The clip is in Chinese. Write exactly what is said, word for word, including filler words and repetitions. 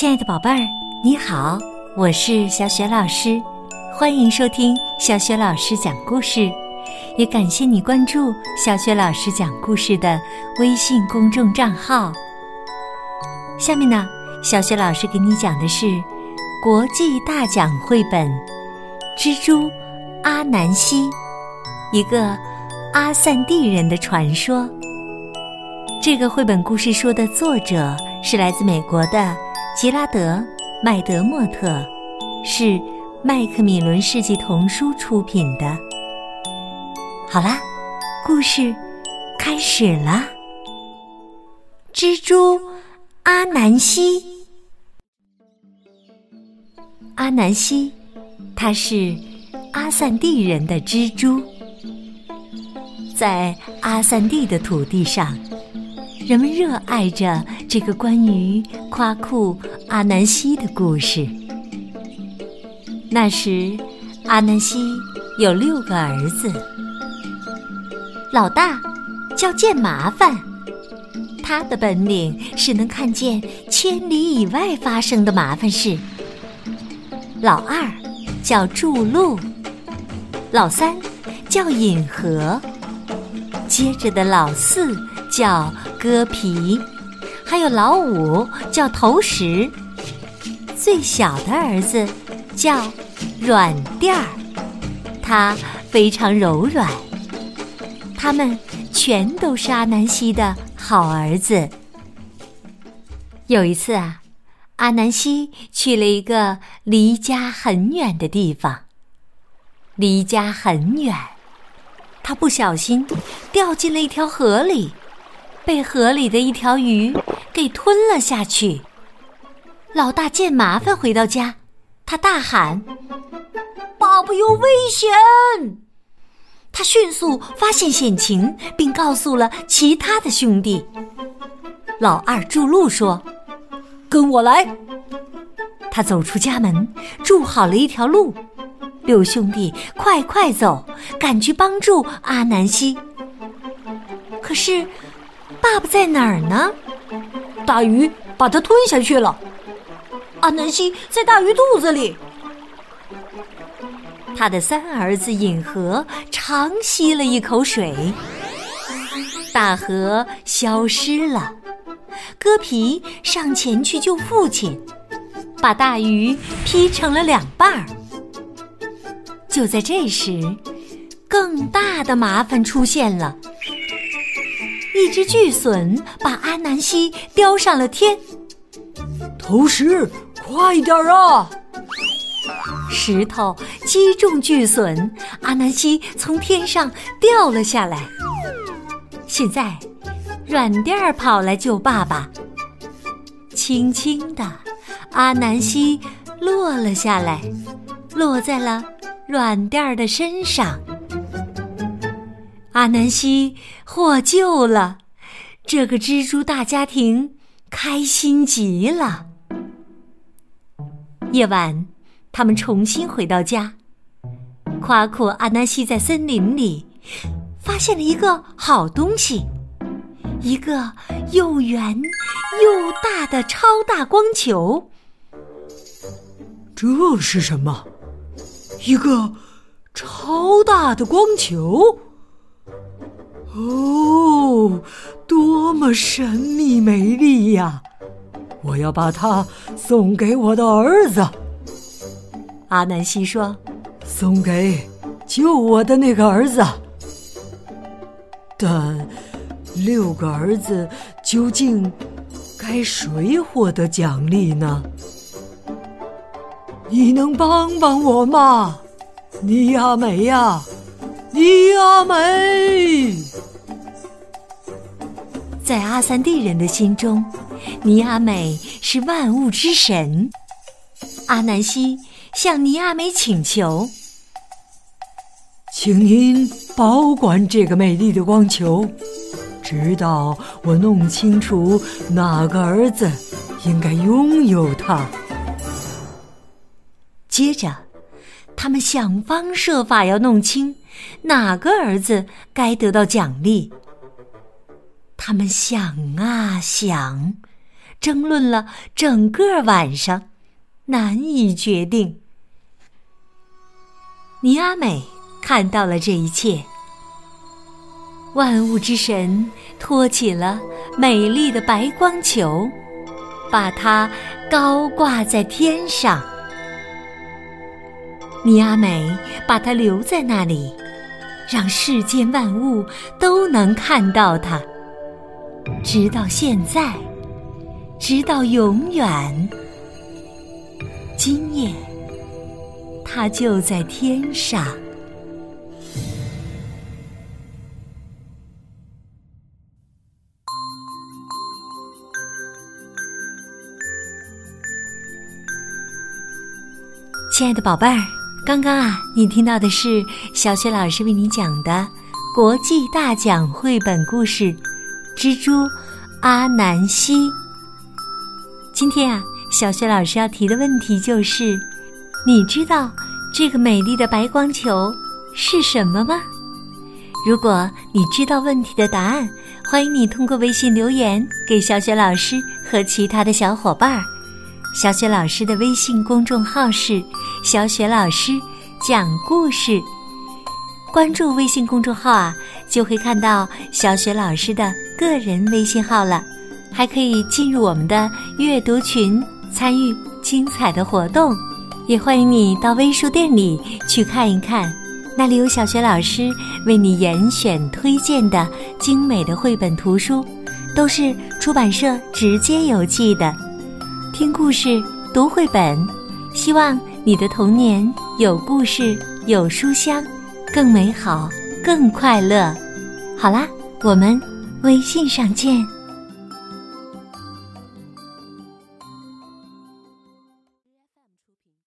亲爱的宝贝儿，你好，我是小雪老师，欢迎收听小雪老师讲故事，也感谢你关注小雪老师讲故事的微信公众账号。下面呢，小雪老师给你讲的是国际大奖绘本《蜘蛛阿南希》，一个阿散蒂人的传说。这个绘本故事书的作者是来自美国的吉拉德·麦德莫特，是麦克米伦世纪童书出品的。好啦，故事开始了。蜘蛛阿南希。阿南希，他是阿散蒂人的蜘蛛。在阿散蒂的土地上，人们热爱着这个关于夸库阿南希的故事。那时，阿南希有六个儿子。老大叫见麻烦，他的本领是能看见千里以外发生的麻烦事。老二叫筑路，老三叫引河，接着的老四叫割皮，还有老五叫投石，最小的儿子叫软垫儿，他非常柔软。他们全都是阿南希的好儿子。有一次啊，阿南希去了一个离家很远的地方。离家很远，他不小心掉进了一条河里，被河里的一条鱼给吞了下去。老大见麻烦回到家，他大喊：爸爸有危险！他迅速发现险情，并告诉了其他的兄弟。老二筑路说：跟我来。他走出家门，筑好了一条路。六兄弟快快走，赶去帮助阿南希。可是爸爸在哪儿呢？大鱼把它吞下去了。阿南希在大鱼肚子里。他的三儿子引河长吸了一口水，大河消失了。割皮上前去救父亲，把大鱼劈成了两半儿。就在这时，更大的麻烦出现了。一只巨隼把阿南希叼上了天。投石，快点啊！石头击中巨隼，阿南希从天上掉了下来。现在，软垫儿跑来救爸爸。轻轻地，阿南希落了下来，落在了软垫儿的身上。阿南希获救了，这个蜘蛛大家庭开心极了。夜晚，他们重新回到家。夸库阿南希在森林里发现了一个好东西，一个又圆又大的超大光球。 这是什么？一个超大的光球？哦，多么神秘美丽呀！我要把它送给我的儿子。 阿南希说： 送给救我的那个儿子。但六个儿子究竟该谁获得奖励呢？你能帮帮我吗？尼亚美呀，尼亚美！ 在阿散蒂人的心中，尼亚美是万物之神。阿南希向尼亚美请求： 请您保管这个美丽的光球，直到我弄清楚哪个儿子应该拥有它。 接着，他们想方设法要弄清哪个儿子该得到奖励。他们想啊想， 争论了整个晚上，难以决定。尼阿美看到了这一切，万物之神托起了美丽的白光球，把它高挂在天上。尼阿美把它留在那里，让世间万物都能看到它，直到现在，直到永远。今夜，它就在天上。亲爱的宝贝儿，刚刚啊，你听到的是小雪老师为你讲的国际大奖绘本故事《蜘蛛阿南希》。今天啊，小雪老师要提的问题就是，你知道这个美丽的白光球是什么吗？如果你知道问题的答案，欢迎你通过微信留言给小雪老师和其他的小伙伴儿。小雪老师的微信公众号是小雪老师讲故事，关注微信公众号啊，就会看到小雪老师的个人微信号了，还可以进入我们的阅读群，参与精彩的活动。也欢迎你到微书店里去看一看，那里有小雪老师为你严选推荐的精美的绘本图书，都是出版社直接邮寄的。听故事，读绘本，希望你的童年有故事，有书香，更美好，更快乐。好啦，我们微信上见。